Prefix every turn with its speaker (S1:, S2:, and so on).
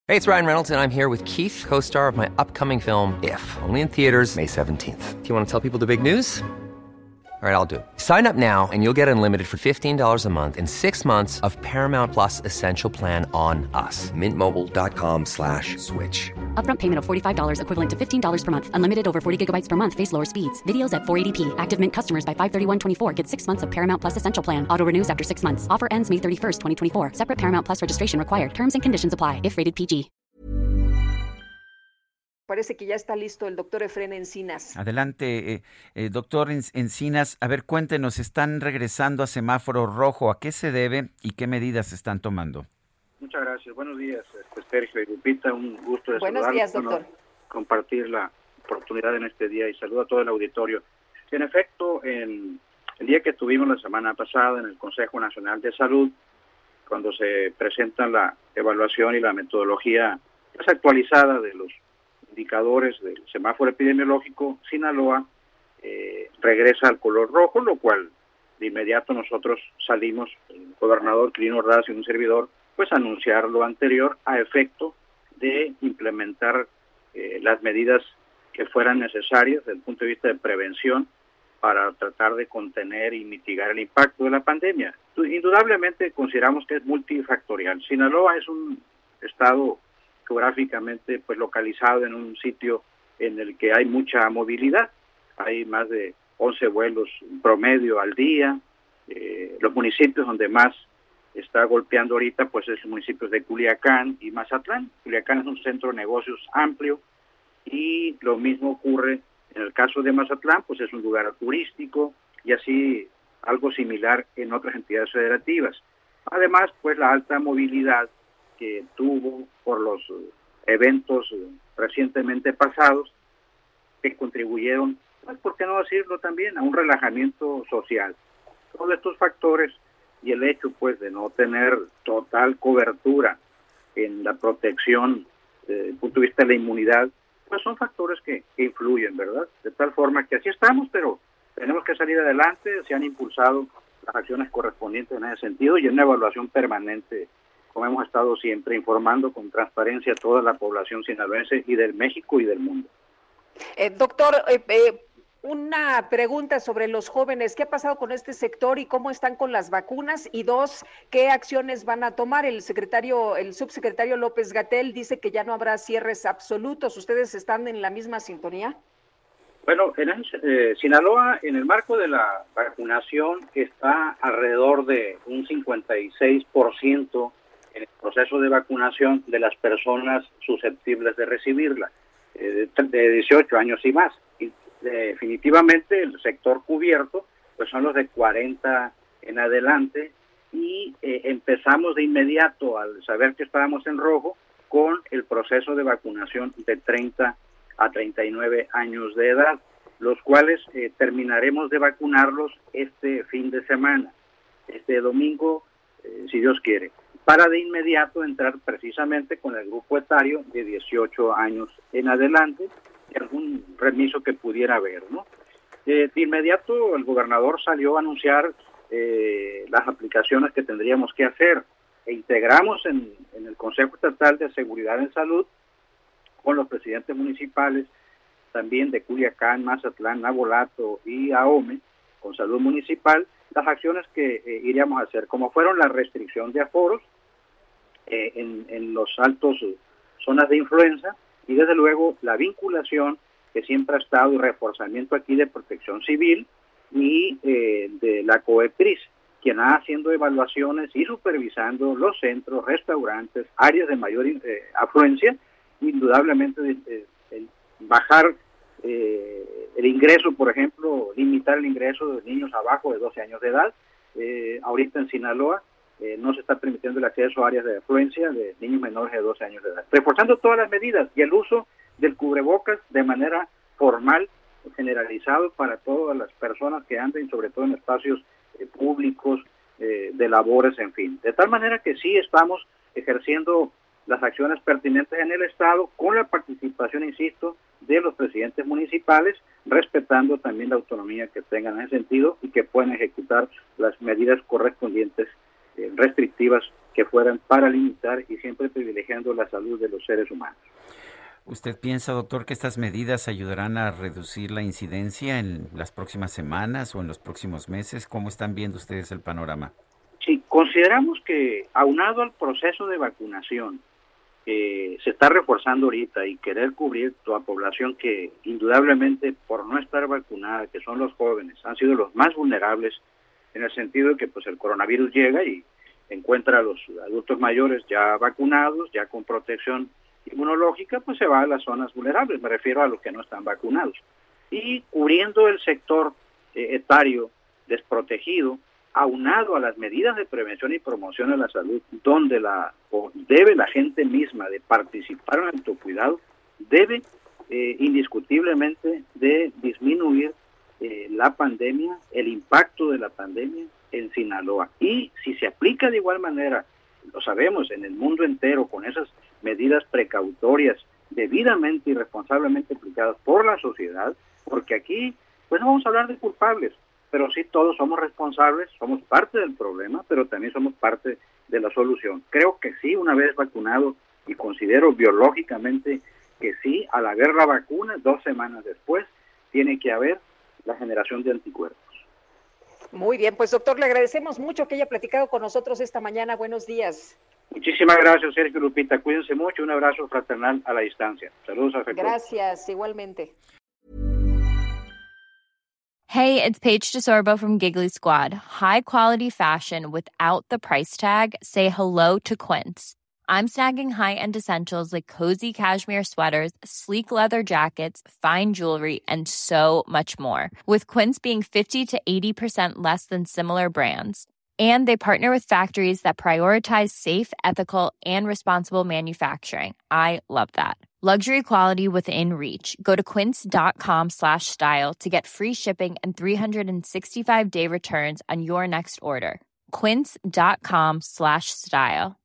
S1: Hey, it's Ryan Reynolds, and I'm here with Keith, co-star of my upcoming film, If, only in theaters May 17th. Do you want to tell people the big news? All right, I'll do it. Sign up now and you'll get unlimited for $15 a month and 6 months of Paramount Plus Essential Plan on us. MintMobile.com/switch.
S2: Upfront payment of $45 equivalent to $15 per month. Unlimited over 40 gigabytes per month. Face lower speeds. Videos at 480p. Active Mint customers by 531.24 get 6 months of Paramount Plus Essential Plan. Auto renews after 6 months. Offer ends May 31st, 2024. Separate Paramount Plus registration required. Terms and conditions apply if rated PG.
S3: Parece que ya está listo el doctor Efrén Encinas.
S4: Adelante, doctor Encinas. A ver, cuéntenos, están regresando a semáforo rojo. ¿A qué se debe y qué medidas están tomando?
S5: Muchas gracias. Buenos días, Sergio y Lupita. Un gusto de
S3: Buenos
S5: saludarlos.
S3: días, doctor.
S5: Compartir la oportunidad en este día y saludo a todo el auditorio. En efecto, el día que tuvimos la semana pasada en el Consejo Nacional de Salud, cuando se presenta la evaluación y la metodología más actualizada de los indicadores del semáforo epidemiológico, Sinaloa regresa al color rojo, lo cual de inmediato nosotros salimos, el gobernador Quirino Ordaz y un servidor, pues anunciar lo anterior a efecto de implementar las medidas que fueran necesarias desde el punto de vista de prevención para tratar de contener y mitigar el impacto de la pandemia. Indudablemente consideramos que es multifactorial. Sinaloa es un estado geográficamente pues localizado en un sitio en el que hay mucha movilidad, hay más de 11 vuelos promedio al día. Los municipios donde más está golpeando ahorita pues es los municipios de Culiacán y Mazatlán. Culiacán es un centro de negocios amplio y lo mismo ocurre en el caso de Mazatlán, pues es un lugar turístico y así algo similar en otras entidades federativas. Además, pues la alta movilidad que tuvo por los eventos recientemente pasados que contribuyeron, pues, ¿por qué no decirlo también?, a un relajamiento social. Todos estos factores y el hecho, pues, de no tener total cobertura en la protección desde el punto de vista de la inmunidad, pues son factores que influyen, ¿verdad? De tal forma que así estamos, pero tenemos que salir adelante. Se han impulsado las acciones correspondientes en ese sentido y en una evaluación permanente, como hemos estado siempre informando con transparencia a toda la población sinaloense y del México y del mundo.
S3: Doctor, una pregunta sobre los jóvenes. ¿Qué ha pasado con este sector y cómo están con las vacunas? Y dos, ¿qué acciones van a tomar? El subsecretario López-Gatell dice que ya no habrá cierres absolutos. ¿Ustedes están en la misma sintonía?
S5: Bueno, Sinaloa, en el marco de la vacunación, está alrededor de un 56% en el proceso de vacunación de las personas susceptibles de recibirla, de 18 años y más. Y definitivamente el sector cubierto pues son los de 40 en adelante y empezamos de inmediato al saber que estábamos en rojo con el proceso de vacunación de 30 a 39 años de edad, los cuales terminaremos de vacunarlos este fin de semana, este domingo, si Dios quiere, para de inmediato entrar precisamente con el grupo etario de 18 años en adelante y algún remiso que pudiera haber, ¿no? De inmediato el gobernador salió a anunciar las aplicaciones que tendríamos que hacer e integramos en el Consejo Estatal de Seguridad en Salud con los presidentes municipales también de Culiacán, Mazatlán, Navolato y Ahome, con salud municipal, las acciones que iríamos a hacer, como fueron la restricción de aforos en los altos zonas de influenza y desde luego la vinculación que siempre ha estado y reforzamiento aquí de Protección Civil y de la COEPRIS, quien ha haciendo evaluaciones y supervisando los centros, restaurantes, áreas de mayor afluencia, indudablemente bajar el ingreso, por ejemplo, limitar el ingreso de niños abajo de 12 años de edad. Ahorita en Sinaloa no se está permitiendo el acceso a áreas de afluencia de niños menores de 12 años de edad. Reforzando todas las medidas y el uso del cubrebocas de manera formal, generalizado para todas las personas que anden, sobre todo en espacios públicos, de labores, en fin. De tal manera que sí estamos ejerciendo las acciones pertinentes en el Estado, con la participación, insisto, de los presidentes municipales, respetando también la autonomía que tengan en ese sentido y que puedan ejecutar las medidas correspondientes restrictivas que fueran para limitar y siempre privilegiando la salud de los seres humanos.
S4: ¿Usted piensa, doctor, que estas medidas ayudarán a reducir la incidencia en las próximas semanas o en los próximos meses? ¿Cómo están viendo ustedes el panorama?
S5: Sí, consideramos que aunado al proceso de vacunación que se está reforzando ahorita y querer cubrir toda la población que indudablemente por no estar vacunada, que son los jóvenes, han sido los más vulnerables en el sentido de que pues el coronavirus llega y encuentra a los adultos mayores ya vacunados, ya con protección inmunológica, pues se va a las zonas vulnerables, me refiero a los que no están vacunados. Y cubriendo el sector etario desprotegido, aunado a las medidas de prevención y promoción de la salud, donde debe la gente misma de participar en el autocuidado, debe indiscutiblemente de disminuir la pandemia, el impacto de la pandemia en Sinaloa. Y si se aplica de igual manera, lo sabemos, en el mundo entero, con esas medidas precautorias debidamente y responsablemente aplicadas por la sociedad, porque aquí pues no vamos a hablar de culpables, pero sí todos somos responsables, somos parte del problema, pero también somos parte de la solución. Creo que sí, una vez vacunado, y considero biológicamente que sí, al haber la vacuna, 2 semanas después, tiene que haber la generación de anticuerpos.
S3: Muy bien, pues doctor, le agradecemos mucho que haya platicado con nosotros esta mañana. Buenos días.
S5: Muchísimas gracias, Sergio, Lupita. Cuídense mucho. Un abrazo fraternal a la distancia. Saludos afectuosos.
S3: Gracias, igualmente.
S6: Hey, it's Paige DeSorbo from Giggly Squad. High quality fashion without the price tag. Say hello to Quince. I'm snagging high-end essentials like cozy cashmere sweaters, sleek leather jackets, fine jewelry, and so much more. With Quince being 50 to 80% less than similar brands. And they partner with factories that prioritize safe, ethical, and responsible manufacturing. I love that. Luxury quality within reach. Go to quince.com/style to get free shipping and 365-day returns on your next order. Quince.com/style.